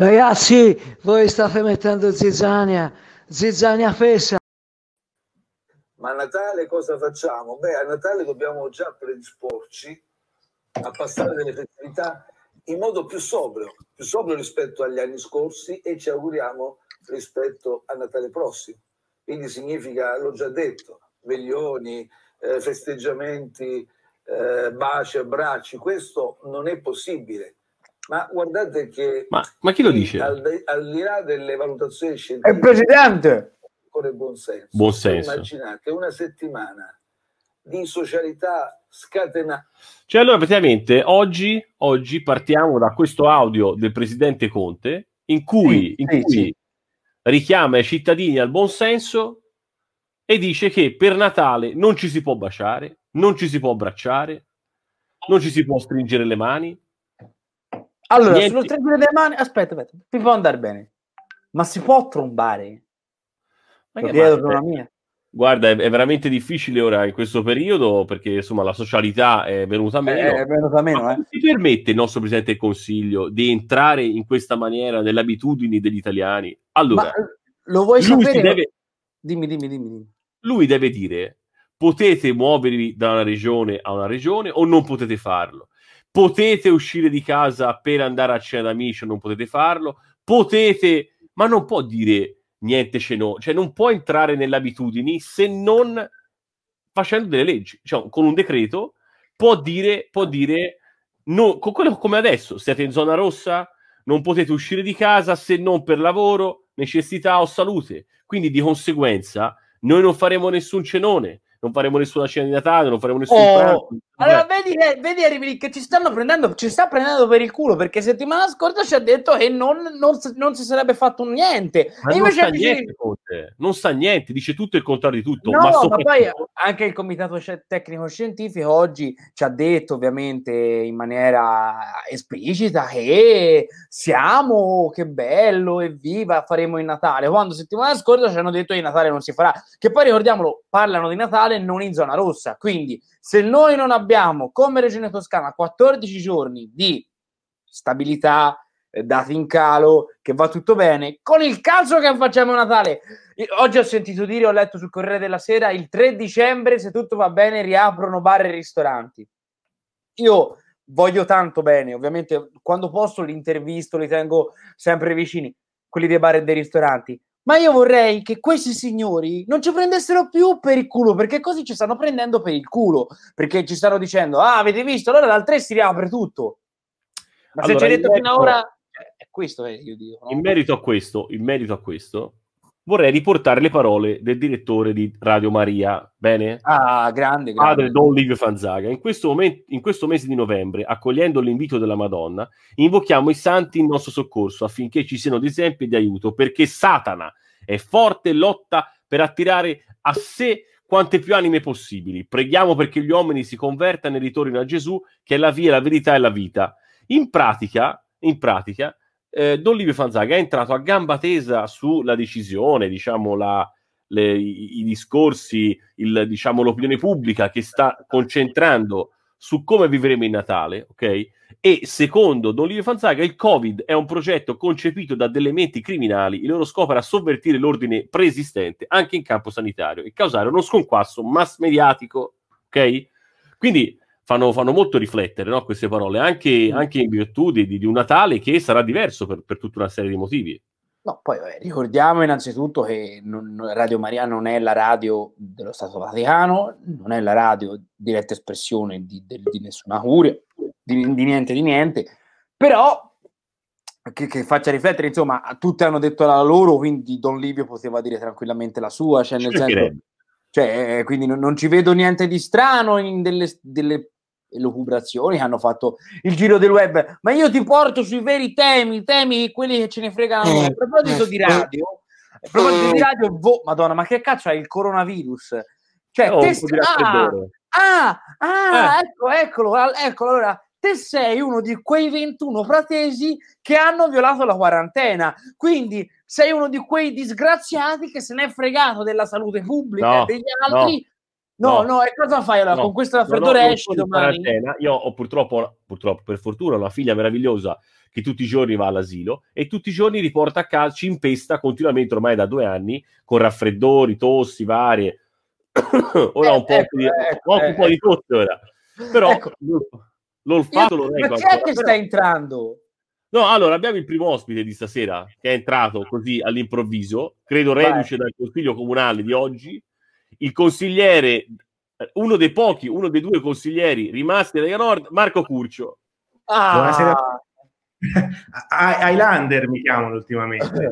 Ragazzi, voi state mettendo zizzania fessa. Ma a Natale cosa facciamo? Beh, a Natale dobbiamo già predisporci a passare delle festività in modo più sobrio rispetto agli anni scorsi e ci auguriamo rispetto a Natale prossimo. Quindi significa, l'ho già detto, veglioni, festeggiamenti, baci, abbracci, questo non è possibile. Ma guardate che... Ma chi lo dice? Al di là delle valutazioni È scientifiche... il presidente! Con il buon senso. Buon senso. Immaginate una settimana di socialità scatenata. Cioè, allora, praticamente, oggi partiamo da questo audio del presidente Conte, in cui richiama i cittadini al buon senso e dice che per Natale non ci si può baciare, non ci si può abbracciare, non ci si può stringere le mani. Allora, sullo stringere le mani, aspetta, mi può andare bene, ma si può trombare? Guarda, è veramente difficile ora in questo periodo perché insomma la socialità è venuta meno. È venuta meno, Ma come si permette il nostro Presidente del Consiglio di entrare in questa maniera nelle abitudini degli italiani? Allora, ma lo vuoi sapere? Dimmi. Lui deve dire: potete muovervi da una regione a una regione o non potete farlo. Potete uscire di casa per andare a cena d'amici o non potete farlo. Potete, ma non può dire niente cioè non può entrare nelle abitudini se non facendo delle leggi, cioè con un decreto può dire no, con quello come adesso, siete in zona rossa, non potete uscire di casa se non per lavoro, necessità o salute, quindi di conseguenza noi non faremo nessun cenone, non faremo nessuna cena di Natale, non faremo nessun pranzo. Allora vedi arrivi lì che ci sta prendendo per il culo, perché settimana scorsa ci ha detto che non si sarebbe fatto niente. Ma e non invece sa niente, Conte. Non sa niente, dice tutto il contrario di tutto. No, ma poi anche il comitato tecnico scientifico oggi ci ha detto ovviamente in maniera esplicita che che bello, evviva, faremo il Natale, quando settimana scorsa ci hanno detto che il Natale non si farà, che poi ricordiamolo, parlano di Natale non in zona rossa, quindi se noi non abbiamo come Regione Toscana 14 giorni di stabilità, dati in calo, che va tutto bene, con il calcio che facciamo Natale. Oggi ho sentito dire, ho letto sul Corriere della Sera, il 3 dicembre, se tutto va bene, riaprono bar e ristoranti. Io voglio tanto bene, ovviamente quando posso li intervisto, li tengo sempre vicini, quelli dei bar e dei ristoranti, ma io vorrei che questi signori non ci prendessero più per il culo, perché così ci stanno prendendo per il culo, perché ci stanno dicendo, avete visto, allora dal 3 si riapre tutto. Ma allora, se ci hai detto fino ad ora, è questo che io dico. No? In merito a questo, vorrei riportare le parole del direttore di Radio Maria, bene? Grande. Padre Don Livio Fanzaga. In questo mese di novembre, accogliendo l'invito della Madonna, invochiamo i santi in nostro soccorso affinché ci siano dei esempi di aiuto, perché Satana è forte e lotta per attirare a sé quante più anime possibili. Preghiamo perché gli uomini si convertano e ritornino a Gesù, che è la via, la verità e la vita. In pratica, Don Livio Fanzaga è entrato a gamba tesa sulla decisione, diciamo, i discorsi, l'opinione pubblica che sta concentrando su come vivremo il Natale, ok? E secondo Don Livio Fanzaga il Covid è un progetto concepito da delle menti criminali, il loro scopo era sovvertire l'ordine preesistente anche in campo sanitario e causare uno sconquasso mass mediatico, ok? Quindi fanno molto riflettere, no, queste parole, anche in virtù di un Natale che sarà diverso per tutta una serie di motivi. No, poi ricordiamo innanzitutto che Radio Maria non è la radio dello Stato Vaticano, non è la radio diretta espressione di nessuna curia, di niente, però che faccia riflettere, insomma, tutti hanno detto la loro, quindi Don Livio poteva dire tranquillamente la sua, cioè nel senso, cioè, quindi non ci vedo niente di strano in delle elucubrazioni che hanno fatto il giro del web, ma io ti porto sui veri temi quelli che ce ne fregano. A proposito di radio, Madonna, ma che cazzo è il coronavirus? Cioè, eccolo, allora te sei uno di quei 21 fratesi che hanno violato la quarantena, quindi sei uno di quei disgraziati che se ne è fregato della salute pubblica e degli altri. No, e cosa fai allora? Con questo raffreddore esci domani? Io ho purtroppo, per fortuna, una figlia meravigliosa che tutti i giorni va all'asilo e tutti i giorni riporta a casa, ci impesta continuamente ormai da 2 anni con raffreddori, tossi varie. Ora un po' di tosse ora. Però l'olfatto lo reggo. Ma chi è che sta entrando? No, allora abbiamo il primo ospite di stasera che è entrato così all'improvviso, credo reduce dal consiglio comunale di oggi, il consigliere, uno dei 2 consiglieri rimasti da Lega Nord, Marco Curcio. Buonasera. Highlander mi chiamano ultimamente.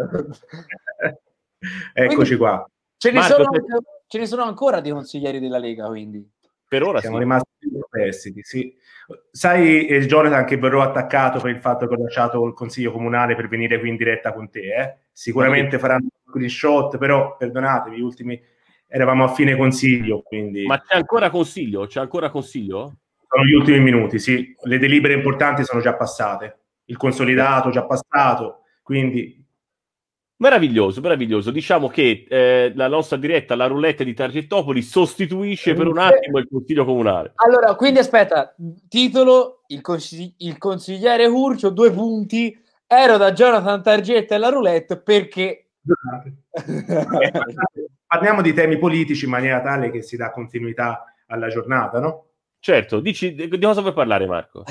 Eccoci qua. Ce ne sono ancora di consiglieri della Lega, quindi. Per ora siamo rimasti prestiti, sì. Sai, Jonathan, che verrò attaccato per il fatto che ho lasciato il consiglio comunale per venire qui in diretta con te, Sicuramente faranno un screenshot, però perdonatemi, gli ultimi eravamo a fine consiglio, quindi... Ma c'è ancora consiglio? Sono gli ultimi minuti, sì. Le delibere importanti sono già passate. Il consolidato già passato, quindi... Meraviglioso. Diciamo che la nostra diretta, la roulette di Tangentopoli, sostituisce per un attimo il consiglio comunale. Allora, quindi aspetta, titolo, il consigliere Curcio, 2 punti, ero da Jonathan Targetta e la roulette perché... Parliamo di temi politici in maniera tale che si dà continuità alla giornata, no? Certo, dici di cosa vuoi parlare, Marco?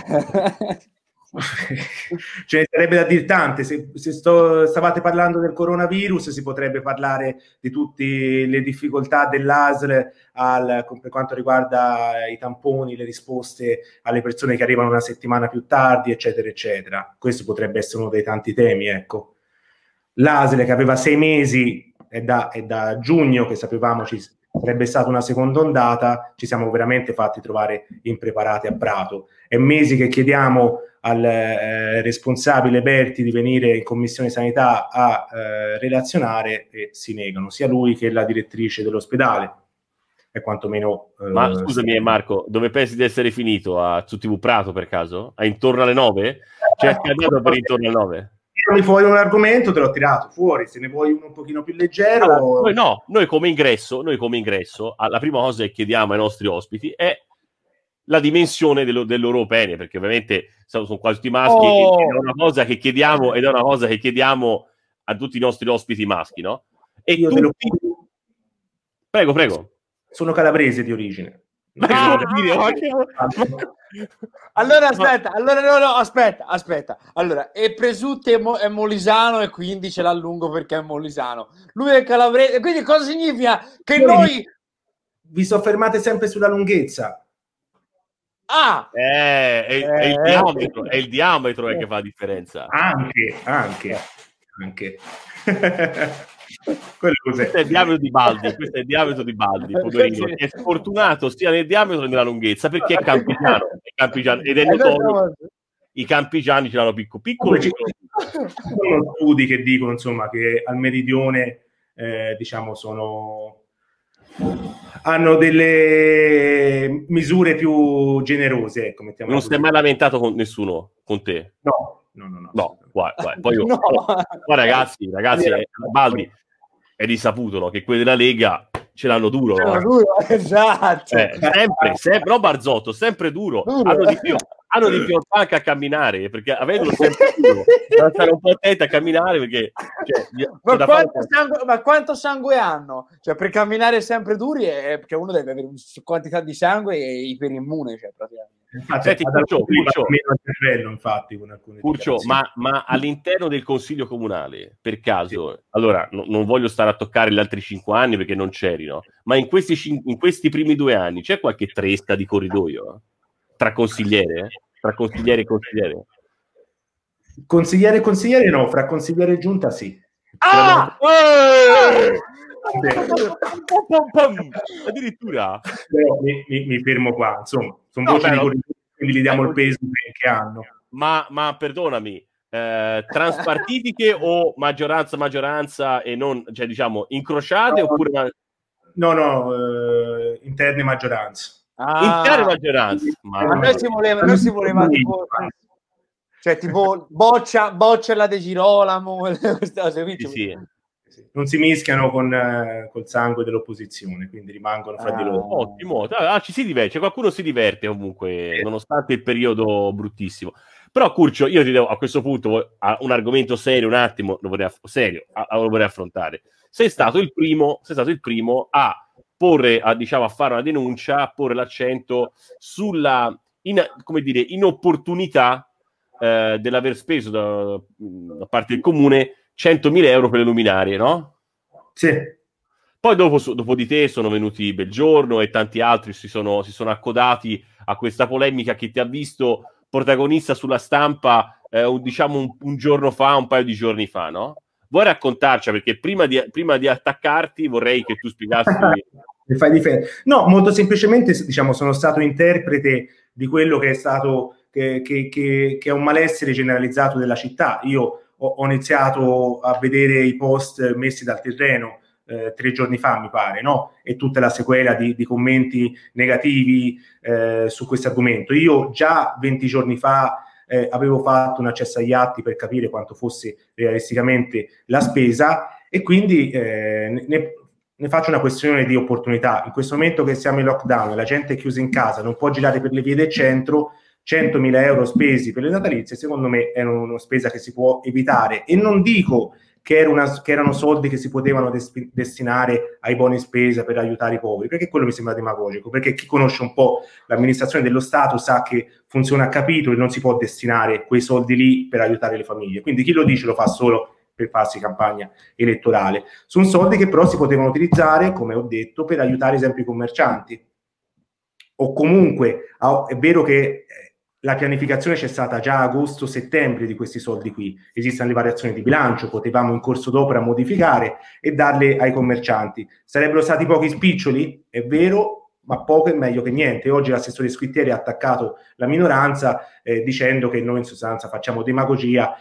Ce ne sarebbe da dire tante. Se stavate parlando del coronavirus, si potrebbe parlare di tutte le difficoltà dell'ASL per quanto riguarda i tamponi, le risposte alle persone che arrivano una settimana più tardi, eccetera, eccetera. Questo potrebbe essere uno dei tanti temi, ecco. L'ASL che aveva 6 mesi, è da giugno che sapevamo ci sarebbe stata una seconda ondata, ci siamo veramente fatti trovare impreparati a Prato. È mesi che chiediamo al responsabile Berti di venire in commissione sanità a relazionare e si negano, sia lui che la direttrice dell'ospedale. E quantomeno... Ma scusami Marco, dove pensi di essere finito? Su TV Prato per caso? Intorno alle 9? Cioè scadato per intorno alle 9? Tirami fuori un argomento, te l'ho tirato fuori, se ne vuoi uno un pochino più leggero... Allora, noi come ingresso, la prima cosa che chiediamo ai nostri ospiti è la dimensione del loro pene, perché ovviamente sono quasi tutti maschi, ed è una cosa che chiediamo a tutti i nostri ospiti maschi, no? E io Prego. Sono calabrese di origine. Allora aspetta. Allora, e Presutti è molisano e quindi ce l'allungo perché è molisano. Lui è calabrese, quindi cosa significa? Che noi vi soffermate sempre sulla lunghezza. È il diametro che fa la differenza. Anche. Questo è il diametro di Baldi, poverino, che è sfortunato sia nel diametro che nella lunghezza, perché è campigiano ed è notorio. I campigiani ce l'hanno piccolo. Ci sono studi che dicono, insomma, che al meridione hanno delle misure più generose, ecco, mettiamola non così. si è mai lamentato con nessuno, con te? No. Poi ragazzi, Baldi è risaputo, no? Che quelli della Lega ce l'hanno duro, esatto. Sempre, no Barzotto, sempre duro. Hanno di più anche a camminare, perché avendolo sempre duro, devono stare un po' attenti a camminare, perché ma quanto sangue hanno? Cioè, per camminare sempre duri perché uno deve avere una quantità di sangue e iperimmune, cioè, praticamente. Senti, Curcio, sì. ma all'interno del consiglio comunale, per caso, sì. Allora non voglio stare a toccare gli altri 5 anni perché non c'eri, no? Ma in questi primi 2 anni c'è qualche tresca di corridoio tra consigliere e consigliere? Consigliere e consigliere no, fra consigliere e giunta sì. Addirittura mi fermo qua, insomma, sono voci di corridoio, quindi gli diamo il peso che hanno. Ma perdonami, transpartitiche o maggioranza e non, cioè diciamo incrociate, oppure no, interne maggioranze. Interne maggioranze. Ma noi si voleva tipo, cioè tipo boccia la De Girolamo, queste cose qui. Sì. Non si mischiano col sangue dell'opposizione, quindi rimangono fra di loro. Ottimo, ci si diverte, qualcuno si diverte comunque, nonostante il periodo bruttissimo. Però Curcio, io ti devo a questo punto un argomento serio, un attimo, lo vorrei affrontare. Sei stato il primo a porre, diciamo, a fare una denuncia, a porre l'accento sulla inopportunità dell'aver speso da parte del comune 100.000 euro per le luminarie, no? Sì. Poi dopo di te sono venuti Belgiorno e tanti altri si sono accodati a questa polemica che ti ha visto protagonista sulla stampa diciamo un giorno fa, un paio di giorni fa, no? Vuoi raccontarci? Perché prima di attaccarti vorrei che tu spiegassi. Mi fai difendere. No, molto semplicemente, diciamo, sono stato interprete di quello che è stato che è un malessere generalizzato della città. Io ho iniziato a vedere i post messi dal terreno 3 giorni fa, mi pare, no? E tutta la sequela di commenti negativi su questo argomento. Io già 20 giorni fa avevo fatto un accesso agli atti per capire quanto fosse realisticamente la spesa e quindi ne faccio una questione di opportunità. In questo momento che siamo in lockdown, la gente è chiusa in casa, non può girare per le vie del centro, 100.000 euro spesi per le natalizie, secondo me è una spesa che si può evitare. E non dico che erano soldi che si potevano destinare ai buoni spesa per aiutare i poveri, perché quello mi sembra demagogico, perché chi conosce un po' l'amministrazione dello Stato sa che funziona a capitolo e non si può destinare quei soldi lì per aiutare le famiglie. Quindi chi lo dice lo fa solo per farsi campagna elettorale. Sono soldi che però si potevano utilizzare, come ho detto, per aiutare ad esempio i commercianti. O comunque, è vero che la pianificazione c'è stata già a agosto-settembre di questi soldi qui, esistono le variazioni di bilancio, potevamo in corso d'opera modificare e darle ai commercianti. Sarebbero stati pochi spiccioli, è vero, ma poco è meglio che niente. Oggi l'assessore Squittieri ha attaccato la minoranza dicendo che noi in sostanza facciamo demagogia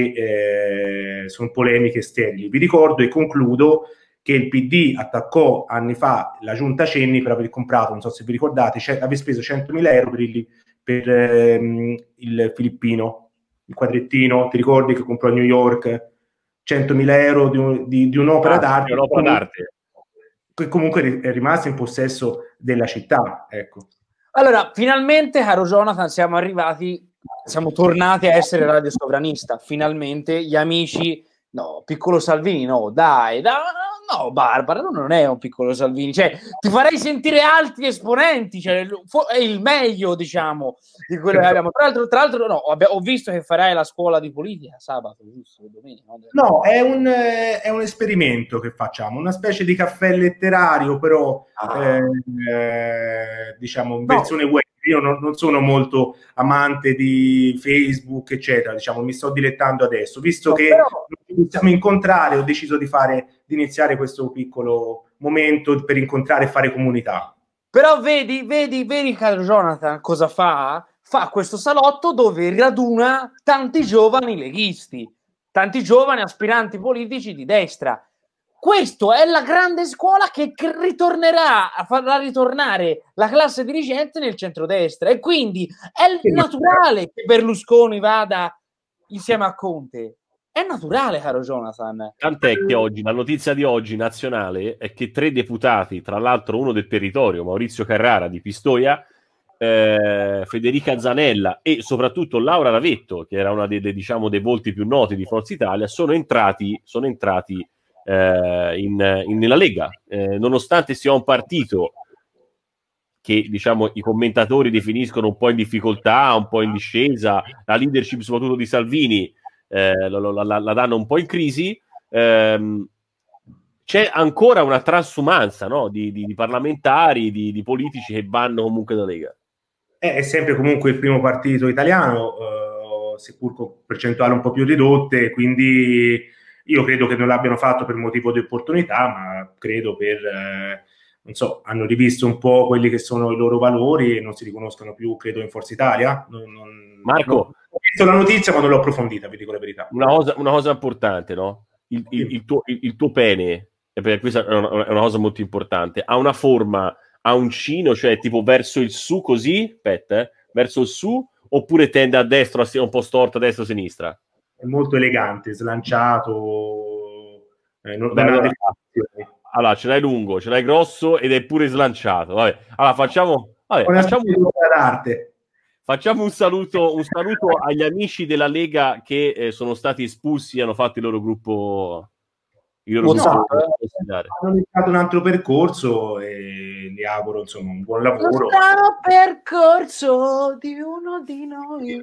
e sono polemiche sterili. Vi ricordo e concludo che il PD attaccò anni fa la giunta Cenni per aver comprato, non so se vi ricordate, aver speso 100.000 euro per il filippino, il quadrettino, ti ricordi che comprò a New York 100.000 euro di un'opera d'arte, un'opera d'arte che comunque è rimasta in possesso della città, ecco. Allora, finalmente, caro Jonathan, siamo tornati a essere Radio Sovranista, finalmente gli amici, no, piccolo Salvini, no, dai, no, Barbara, non è un piccolo Salvini, cioè, ti farei sentire altri esponenti, cioè, è il meglio, diciamo, di quello che abbiamo. Tra l'altro, no, ho visto che farai la scuola di politica sabato, giusto? Domenica, no? No, è un esperimento che facciamo, una specie di caffè letterario, però, diciamo, in versione web. Io non sono molto amante di Facebook, eccetera, diciamo, mi sto dilettando adesso. Visto che ci possiamo incontrare, ho deciso di iniziare questo piccolo momento per incontrare e fare comunità. Però vedi, caro Jonathan, cosa fa? Fa questo salotto dove raduna tanti giovani leghisti, tanti giovani aspiranti politici di destra. Questo è la grande scuola che farà ritornare la classe dirigente nel centrodestra e quindi è naturale che Berlusconi vada insieme a Conte. È naturale, caro Jonathan. Tant'è che oggi, la notizia di oggi nazionale è che 3 deputati, tra l'altro uno del territorio, Maurizio Carrara di Pistoia, Federica Zanella e soprattutto Laura Ravetto, che era una dei volti più noti di Forza Italia, sono entrati nella Lega, nonostante sia un partito che, diciamo, i commentatori definiscono un po' in difficoltà, un po' in discesa, la leadership soprattutto di Salvini la danno un po' in crisi. C'è ancora una transumanza, no? di parlamentari, di politici che vanno comunque da Lega. È sempre comunque il primo partito italiano, seppur con percentuali un po' più ridotte, quindi io credo che non l'abbiano fatto per motivo di opportunità, ma credo non so, hanno rivisto un po' quelli che sono i loro valori e non si riconoscono più, credo, in Forza Italia. Marco, ho visto la notizia ma non l'ho approfondita, vi dico la verità. Una cosa importante, no? Il tuo pene, perché questa è una cosa molto importante, ha una forma, ha un cino, cioè tipo verso il su così, verso il su, oppure tende a destra, un po' storto a destra o a sinistra? È molto elegante, slanciato, Allora, ce l'hai lungo, ce l'hai grosso ed è pure slanciato. Vabbè. Allora, facciamo un saluto agli amici della Lega che sono stati espulsi e hanno fatto il loro gruppo. Hanno iniziato un altro percorso e gli auguro insomma un buon lavoro. Lo strano percorso di uno di noi.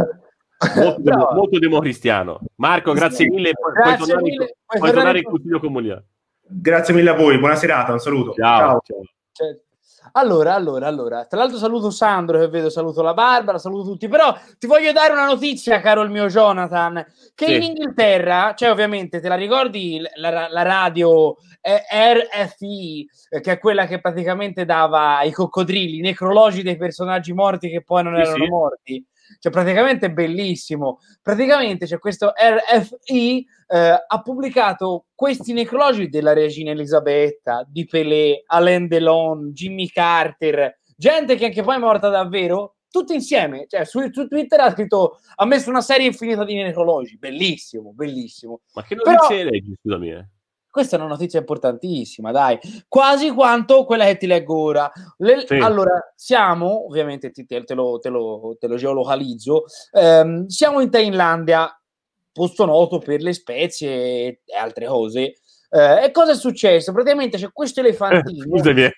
Molto democristiano. Marco, grazie mille. Puoi tornare in consiglio comunale. Grazie mille a voi, buona serata, un saluto. Ciao. Allora, tra l'altro saluto Sandro che vedo, saluto la Barbara, saluto tutti, però ti voglio dare una notizia, caro il mio Jonathan, che in Inghilterra, cioè ovviamente te la ricordi la radio RFI, che è quella che praticamente dava i coccodrilli, i necrologi dei personaggi morti che poi non erano morti, cioè praticamente bellissimo. Praticamente c'è questo RFI ha pubblicato questi necrologi della regina Elisabetta, di Pelé, Alain Delon, Jimmy Carter, gente che anche poi è morta davvero, tutti insieme. Cioè su Twitter ha scritto, ha messo una serie infinita di necrologi, bellissimo. Ma che notizie leggi, scusami? Questa è una notizia importantissima, dai, quasi quanto quella che ti leggo ora. Allora, siamo, ovviamente te lo geolocalizzo, siamo in Thailandia, posto noto per le spezie e altre cose. E cosa è successo? Praticamente c'è questo elefantino. Scusami.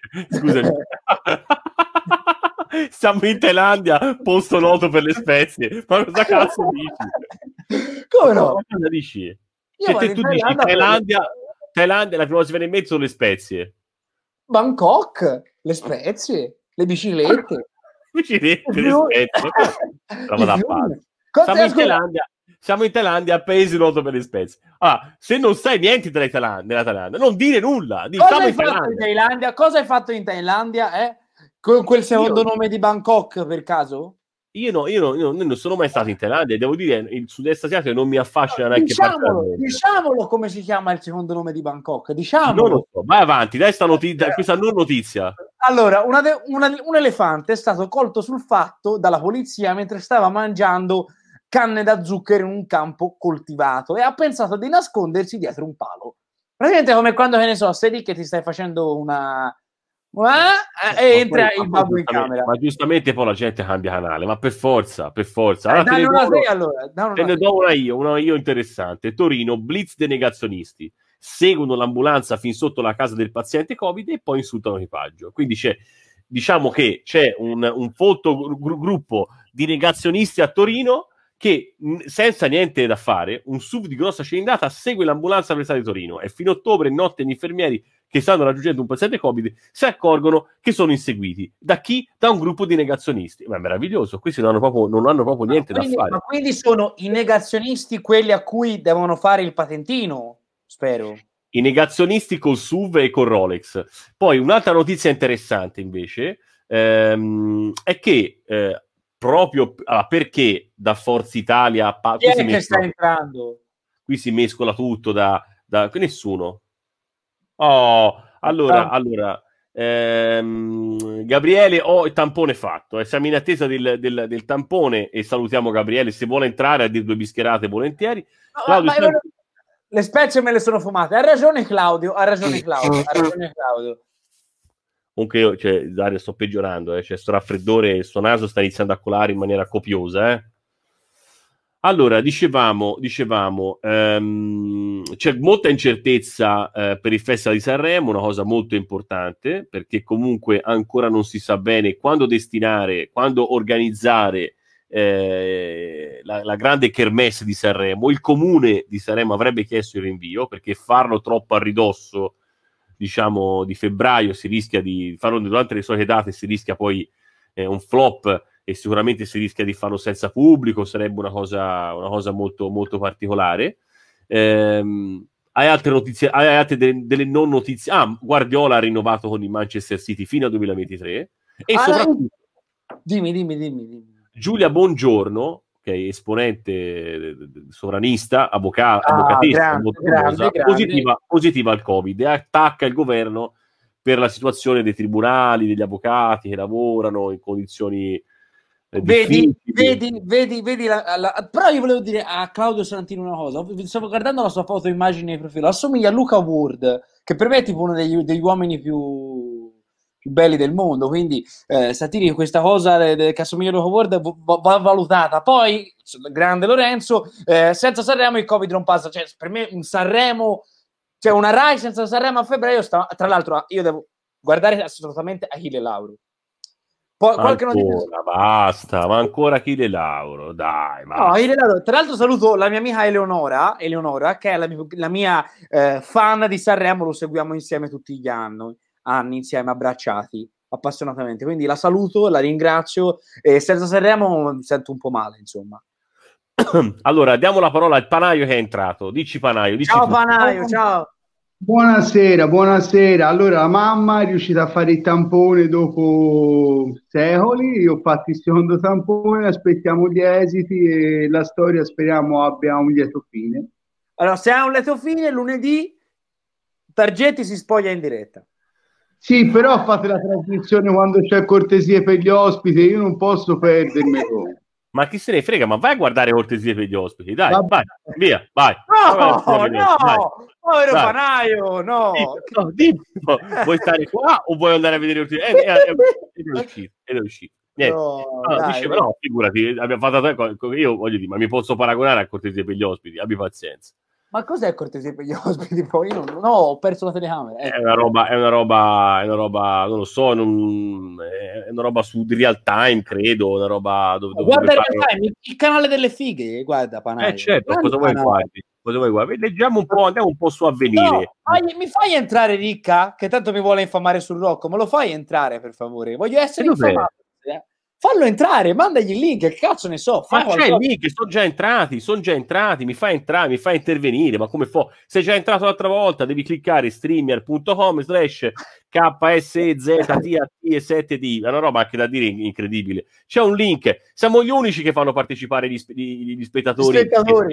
Siamo in Thailandia, posto noto per le spezie. Ma cosa cazzo dici? Come no? Cosa dici? Cioè, te tu dici Thailandia, la prima cosa che viene in mezzo sono le spezie. Bangkok, le spezie, le biciclette. Le spezie. Siamo in Thailandia, paese noto per le spezie. Allora, se non sai niente della Thailandia, non dire nulla. Cosa hai fatto in Thailandia? Con quel secondo nome di Bangkok, per caso? Io non sono mai stato in Thailandia, devo dire, il sud-est asiatico non mi affascina neanche diciamolo come si chiama il secondo nome di Bangkok, diciamolo. Non lo so, vai avanti, dai questa non notizia. Allora, un elefante è stato colto sul fatto dalla polizia mentre stava mangiando canne da zucchero in un campo coltivato e ha pensato di nascondersi dietro un palo. Praticamente come quando, che ne so, sei lì che ti stai facendo una... e entra il babbo in camera. Ma giustamente poi la gente cambia canale, ma per forza. Allora, te ne do una io interessante. Torino, blitz dei negazionisti. Seguono l'ambulanza fin sotto la casa del paziente Covid e poi insultano l'equipaggio. Quindi diciamo che c'è un folto gruppo di negazionisti a Torino che senza niente da fare, un SUV di grossa cilindrata segue l'ambulanza per di Torino e fino a ottobre notte gli infermieri che stanno raggiungendo un paziente Covid si accorgono che sono inseguiti. Da chi? Da un gruppo di negazionisti. Ma è meraviglioso, questi non hanno proprio niente da fare. Ma quindi sono i negazionisti quelli a cui devono fare il patentino, spero. I negazionisti col SUV e col Rolex. Poi un'altra notizia interessante invece è che proprio perché da Forza Italia chi è che sta entrando? Qui si mescola tutto da nessuno. Allora Gabriele, ho il tampone fatto, siamo in attesa del tampone e salutiamo Gabriele, se vuole entrare a dire due bischerate volentieri. Claudio, le spezie me le sono fumate, ha ragione Claudio. Comunque, cioè, Dario, sto peggiorando, c'è sto raffreddore, il suo naso sta iniziando a colare in maniera copiosa. Allora, dicevamo c'è molta incertezza per il Festival di Sanremo, una cosa molto importante, perché comunque ancora non si sa bene quando destinare, quando organizzare la grande kermesse di Sanremo. Il comune di Sanremo avrebbe chiesto il rinvio, perché farlo troppo a ridosso, diciamo, di febbraio, si rischia di farlo durante le solite date, si rischia poi un flop e sicuramente si rischia di farlo senza pubblico, sarebbe una cosa molto, molto particolare. Hai altre notizie, hai altre delle non notizie? Guardiola ha rinnovato con il Manchester City fino al 2023 e soprattutto dimmi. Giulia Bongiorno, che è esponente sovranista, avvocatessa molto famosa, positiva al Covid e attacca il governo per la situazione dei tribunali, degli avvocati che lavorano in condizioni Vedi però io volevo dire a Claudio Santino una cosa. Stavo guardando la sua foto immagine di profilo, assomiglia a Luca Ward, che per me è tipo uno degli uomini più belli del mondo, quindi Santini, questa cosa che assomiglia a Luca Ward va valutata. Poi grande Lorenzo, senza Sanremo il Covid non passa, cioè per me un Sanremo, cioè una Rai senza Sanremo a febbraio tra l'altro io devo guardare assolutamente Achille Lauro. Poi, qualche ancora, basta, ma ancora Achille Lauro, dai, basta. No, tra l'altro saluto la mia amica Eleonora, che è la mia fan di Sanremo, lo seguiamo insieme tutti gli anni insieme, abbracciati, appassionatamente, quindi la saluto, la ringrazio, e senza Sanremo mi sento un po' male, insomma. Allora, diamo la parola al Panaio che è entrato, dici Panaio. Ciao Panaio, ciao. Buonasera. Allora, la mamma è riuscita a fare il tampone dopo secoli. Io ho fatto il secondo tampone, aspettiamo gli esiti e la storia speriamo abbia un lieto fine. Allora, se ha un lieto fine, lunedì Targetti si spoglia in diretta. Sì, però fate la trasmissione quando c'è cortesie per gli ospiti, io non posso perdermi. Ma chi se ne frega, ma vai a guardare cortesie per gli ospiti, dai, vai, via, vai. No, povero Panaio, no. Vuoi stare qua o vuoi andare a vedere ed è uscito. Diceva, no, figurati, abbiamo fatto, io voglio dire, ma mi posso paragonare a cortesie per gli ospiti, abbi pazienza. Ma cos'è cortesia per gli ospiti? Poi io ho perso la telecamera. È una roba, non lo so, è una roba su real time, credo, una roba dove guarda real time, il canale delle fighe, guarda Panaio. Certo, cosa vuoi guardi? Leggiamo un po', andiamo un po' su Avvenire. No, mi fai entrare Ricca, che tanto mi vuole infamare sul Rocco, me lo fai entrare per favore? Voglio essere infamato. Fallo entrare, mandagli il link, che cazzo ne so. Ma c'è il link, sono già entrati, mi fa entrare, mi fa intervenire, ma come sei già entrato l'altra volta, devi cliccare streamer.com/KSZTAT7D, è una roba anche da dire incredibile. C'è un link, siamo gli unici che fanno partecipare gli spettatori.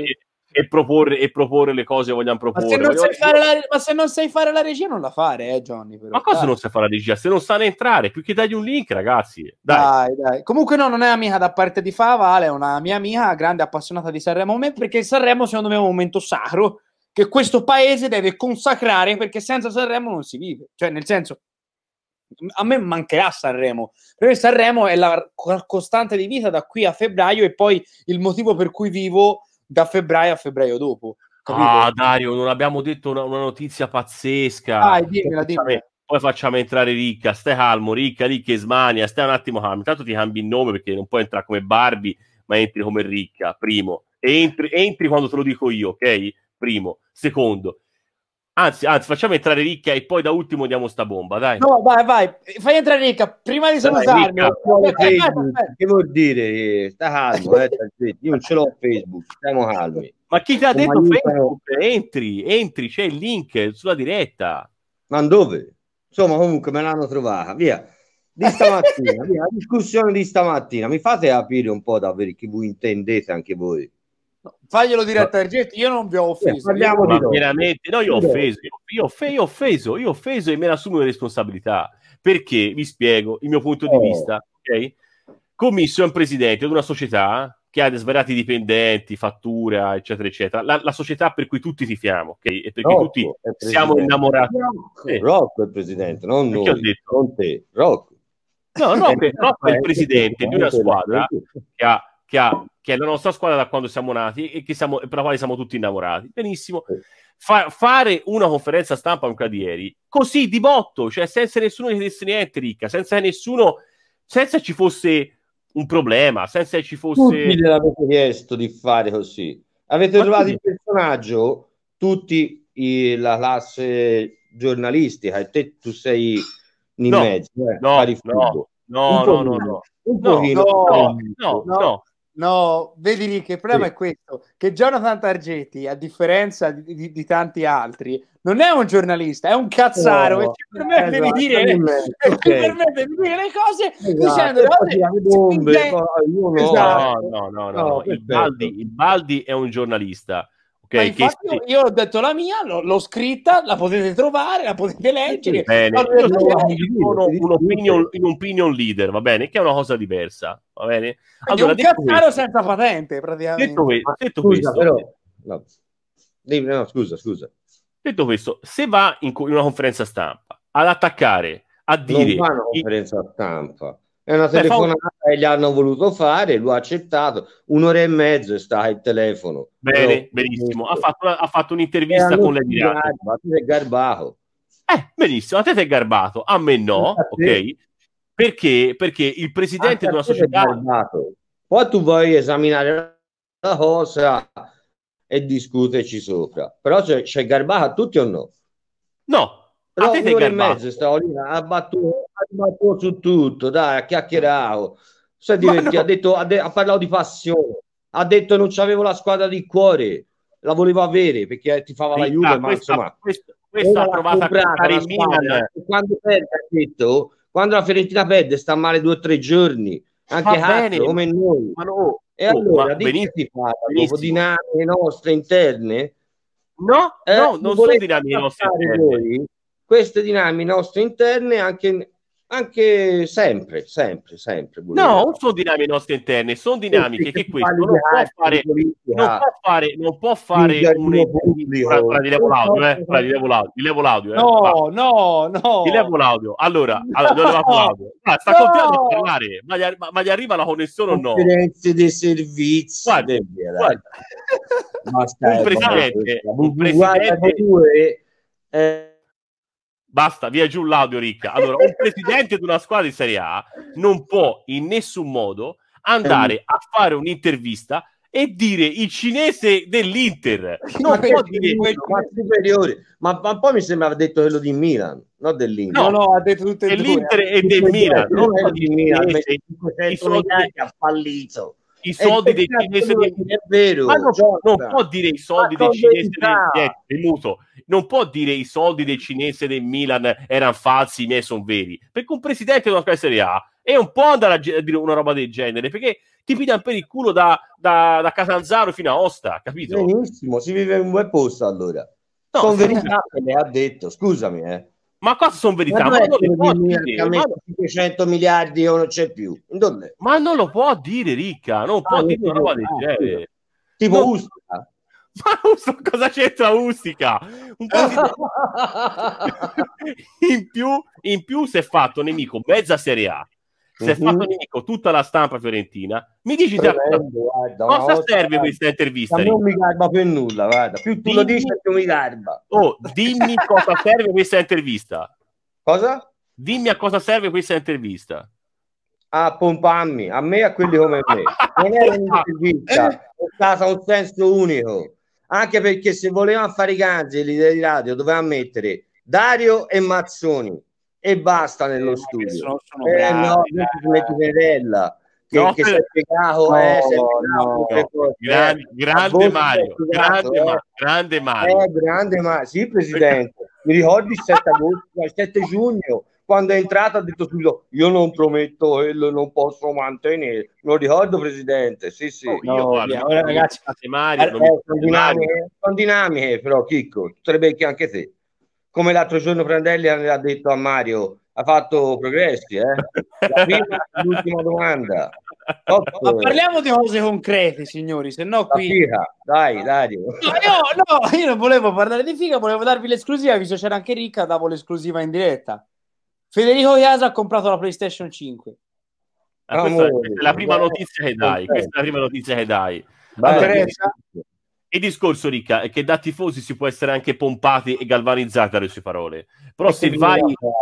E proporre le cose che vogliamo proporre. Ma se non sai fare la regia non la fare, Johnny. Però. Ma cosa non sai fare la regia? Se non sanno entrare, più che dargli un link, ragazzi. Dai. Comunque no, non è amica da parte di Fava, è una mia amica, grande appassionata di Sanremo, perché Sanremo secondo me è un momento sacro che questo paese deve consacrare, perché senza Sanremo non si vive. Cioè, nel senso, a me mancherà Sanremo, perché Sanremo è la costante di vita da qui a febbraio e poi il motivo per cui vivo da febbraio a febbraio dopo. Capito? Dario, non abbiamo detto una notizia pazzesca. Dimmela. Poi facciamo entrare Ricca, stai calmo, Ricca e Smania, stai un attimo calmo, intanto ti cambi il nome perché non puoi entrare come Barbie, ma entri come Ricca, primo, e entri quando te lo dico io, ok? Primo, secondo, anzi facciamo entrare Ricca e poi da ultimo diamo sta bomba, dai. No, vai, fai entrare Ricca, prima di salutarmi. Che vuol dire? Sta calmo, io non ce l'ho Facebook, stiamo calmi. Ma chi ti ha detto Facebook? Entri, c'è il link sulla diretta. Ma dove? Insomma, comunque me l'hanno trovata, via. Di stamattina, via, la discussione di stamattina. Mi fate capire un po' davvero che voi intendete anche voi. No, faglielo dire a Targetti, io non vi ho offeso. Veramente, no, io ho offeso e me ne assumo le responsabilità. Perché, vi spiego, il mio punto di vista, ok? Commisso è un presidente di una società che ha svariati dipendenti, fattura, eccetera, eccetera. La società per cui tutti tifiamo, ok? E perché tutti siamo innamorati. Rocco è il presidente, non noi, non te. Rocco. No, Rocco è il presidente di una squadra che è la nostra squadra da quando siamo nati e per la quale siamo tutti innamorati. Benissimo. Fare una conferenza stampa a un Cadieri così di botto, cioè senza nessuno che disse niente, Ricca, senza ci fosse un problema, senza ci fosse... Tutti gliel'avete chiesto di fare così. Avete trovato il personaggio, tutti la classe giornalistica, e tu sei in mezzo. No, vedi che il problema è questo, che Jonathan Targetti, a differenza di tanti altri, non è un giornalista, è un cazzaro, e ci permette di dire le cose dicendo no. Il Baldi è un giornalista, Ma infatti io ho detto la mia, l'ho scritta, la potete trovare, la potete leggere. Bene, io sono un opinion leader, va bene, che è una cosa diversa, va bene? Allora, un cazzaro senza patente, praticamente. Detto questo, però, scusa. Detto questo, se va in una conferenza stampa ad attaccare, a dire... Non va una conferenza stampa. È una telefonata che gli hanno voluto fare, lui ha accettato, 1 ora e mezzo e sta al telefono. Bene, benissimo. Ha fatto un'intervista con le dirate. Te sei garbato. Benissimo, a te sei garbato, a me no, ok? Perché il presidente di una società... Poi tu vuoi esaminare la cosa e discuterci sopra. Però c'è garbato a tutti o no? No. Però 1 ora e mezzo stavo lì, ha battuto su tutto, dai, ha chiacchierato, ha parlato di passione, ha detto non c'avevo la squadra di cuore, la volevo avere perché ti fava la Juve, ma insomma questa ha provato a comprare il Milan. Quando la Fiorentina perde sta male 2 o 3 giorni, anche Castro come noi. Allora ti fa dopo dinamiche nostre interne? No, non sono dinamiche nostre interne. Queste dinamiche nostre interne anche sempre. No, non sono dinamiche nostre interne, sono dinamiche che questo non può fare un di levo l'audio. No. Di levo l'audio. Allora sta continuando a parlare, ma gli arriva la connessione o no? Conferenze dei servizi. Guarda. Un presidente basta, via giù l'audio, Ricca. Allora, un presidente di una squadra di Serie A non può in nessun modo andare a fare un'intervista e dire il cinese dell'Inter. Non può dire superiore. Ma poi mi sembra aver detto quello di Milan, non dell'Inter. No, ha detto tutte e due. Dell'Inter e del Milan. Non è di Milan. Ha fallito. I soldi dei cinesi è vero, ma non può dire i soldi dei cinesi non può dire i soldi dei cinesi del Milan erano falsi, i miei sono veri, perché un presidente di una Serie A e non può andare a dire una roba del genere, perché ti pigliano per il culo da Catanzaro fino a Osta, capito? Benissimo, si vive in un bel posto allora. Sono verità che le ha detto, scusami Ma cosa sono verità? Ma non le può dire. 500 miliardi o non c'è più. Ma non lo può dire, Ricca. Non può dire una roba del genere. Tipo Ustica. Ma cosa c'entra Ustica? In più si è fatto nemico mezza Serie A. Si è fatto nemico tutta la stampa fiorentina. Mi dici cosa serve questa intervista? Non mi garba per nulla, guarda. Più tu lo dici più mi garba. Dimmi cosa serve questa intervista. Cosa? Dimmi a cosa serve questa intervista. A pomparmi, a me e a quelli come me. Non è un'intervista, è stata un senso unico. Anche perché se volevano fare i ganzi l'idea di radio dovevano mettere Dario e Mazzoni e basta nello studio. No, si mette Nerella che si è piegato, grande Mario, grande Mario. Sì, presidente, mi ricordi il 7 agosto, il 7 giugno quando è entrato ha detto subito io non prometto quello, non posso mantenere, lo ricordo presidente, sì. Ora ragazzi, sono dinamiche però Chicco, tu te le becchi anche te, come l'altro giorno Prandelli ha detto a Mario ha fatto progressi, la prima e l'ultima domanda. Ma parliamo di cose concrete, signori, se no qui dai Dario. Io non volevo parlare di figa, volevo darvi l'esclusiva, visto c'era anche Ricca, davo l'esclusiva in diretta. Federico Chiesa ha comprato la PlayStation 5. Questa è la prima notizia che dai. Il discorso, Ricca, è che da tifosi si può essere anche pompati e galvanizzati dalle sue parole. Però se vai...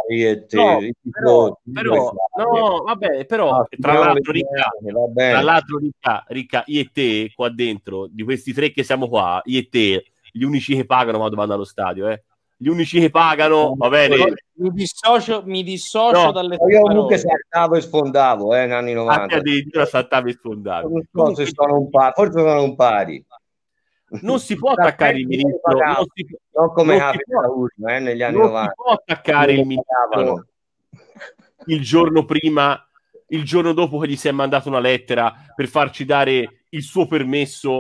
Però tra l'altro, Ricca, io e te qua dentro, di questi 3 che siamo qua, io e te, gli unici che pagano quando vanno allo stadio, gli unici che pagano, va bene. Mi dissocio dalle io comunque saltavo e sfondavo negli anni 90. Addirittura saltavi e sfondavi. Forse sono un pari. Non si può attaccare il ministro, non come negli anni 90. Si può attaccare il ministro il giorno prima, il giorno dopo che gli si è mandato una lettera per farci dare il suo permesso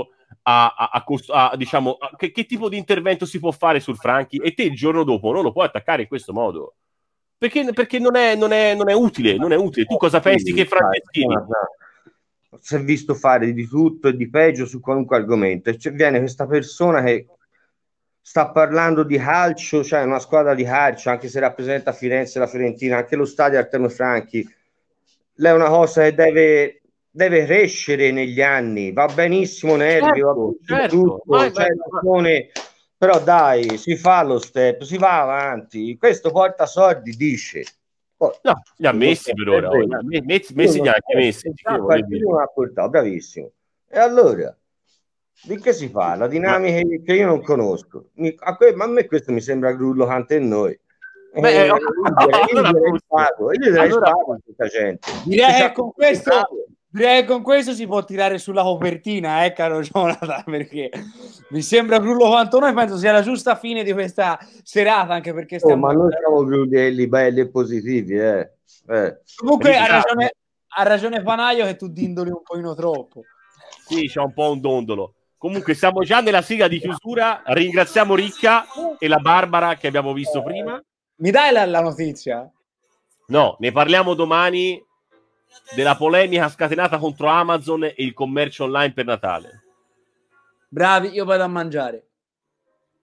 diciamo, che tipo di intervento si può fare sul Franchi, e te il giorno dopo non lo puoi attaccare in questo modo. Perché non è utile, non è utile. Tu cosa pensi che Franceschini? Si è visto fare di tutto e di peggio su qualunque argomento, e viene questa persona che sta parlando di calcio, cioè una squadra di calcio, anche se rappresenta Firenze, la Fiorentina, anche lo stadio Artemio Franchi, lei è una cosa che deve crescere negli anni. Va benissimo Nervi, certo. tutto, però dai, si fa lo step, si va avanti, questo porta soldi, dice. No, li ha messi per ora. Messi neanche messi. Non ha portato, bravissimo. E allora, di che si fa? La dinamica che io non conosco. A me questo mi sembra Grullo Cante e noi. Beh, io direi spago a questa gente. Direi che con questo si può tirare sulla copertina, caro Jonathan, perché mi sembra Grullo quanto noi, penso sia la giusta fine di questa serata, anche perché ma noi siamo Grulli belli e positivi, Comunque ha ragione Panaio che tu dindoli un pochino troppo. Sì, c'è un po' un dondolo. Comunque siamo già nella sigla di chiusura. Ringraziamo Ricca e la Barbara che abbiamo visto prima. Mi dai la notizia? No, ne parliamo domani della polemica scatenata contro Amazon e il commercio online per Natale. Bravi, io vado a mangiare.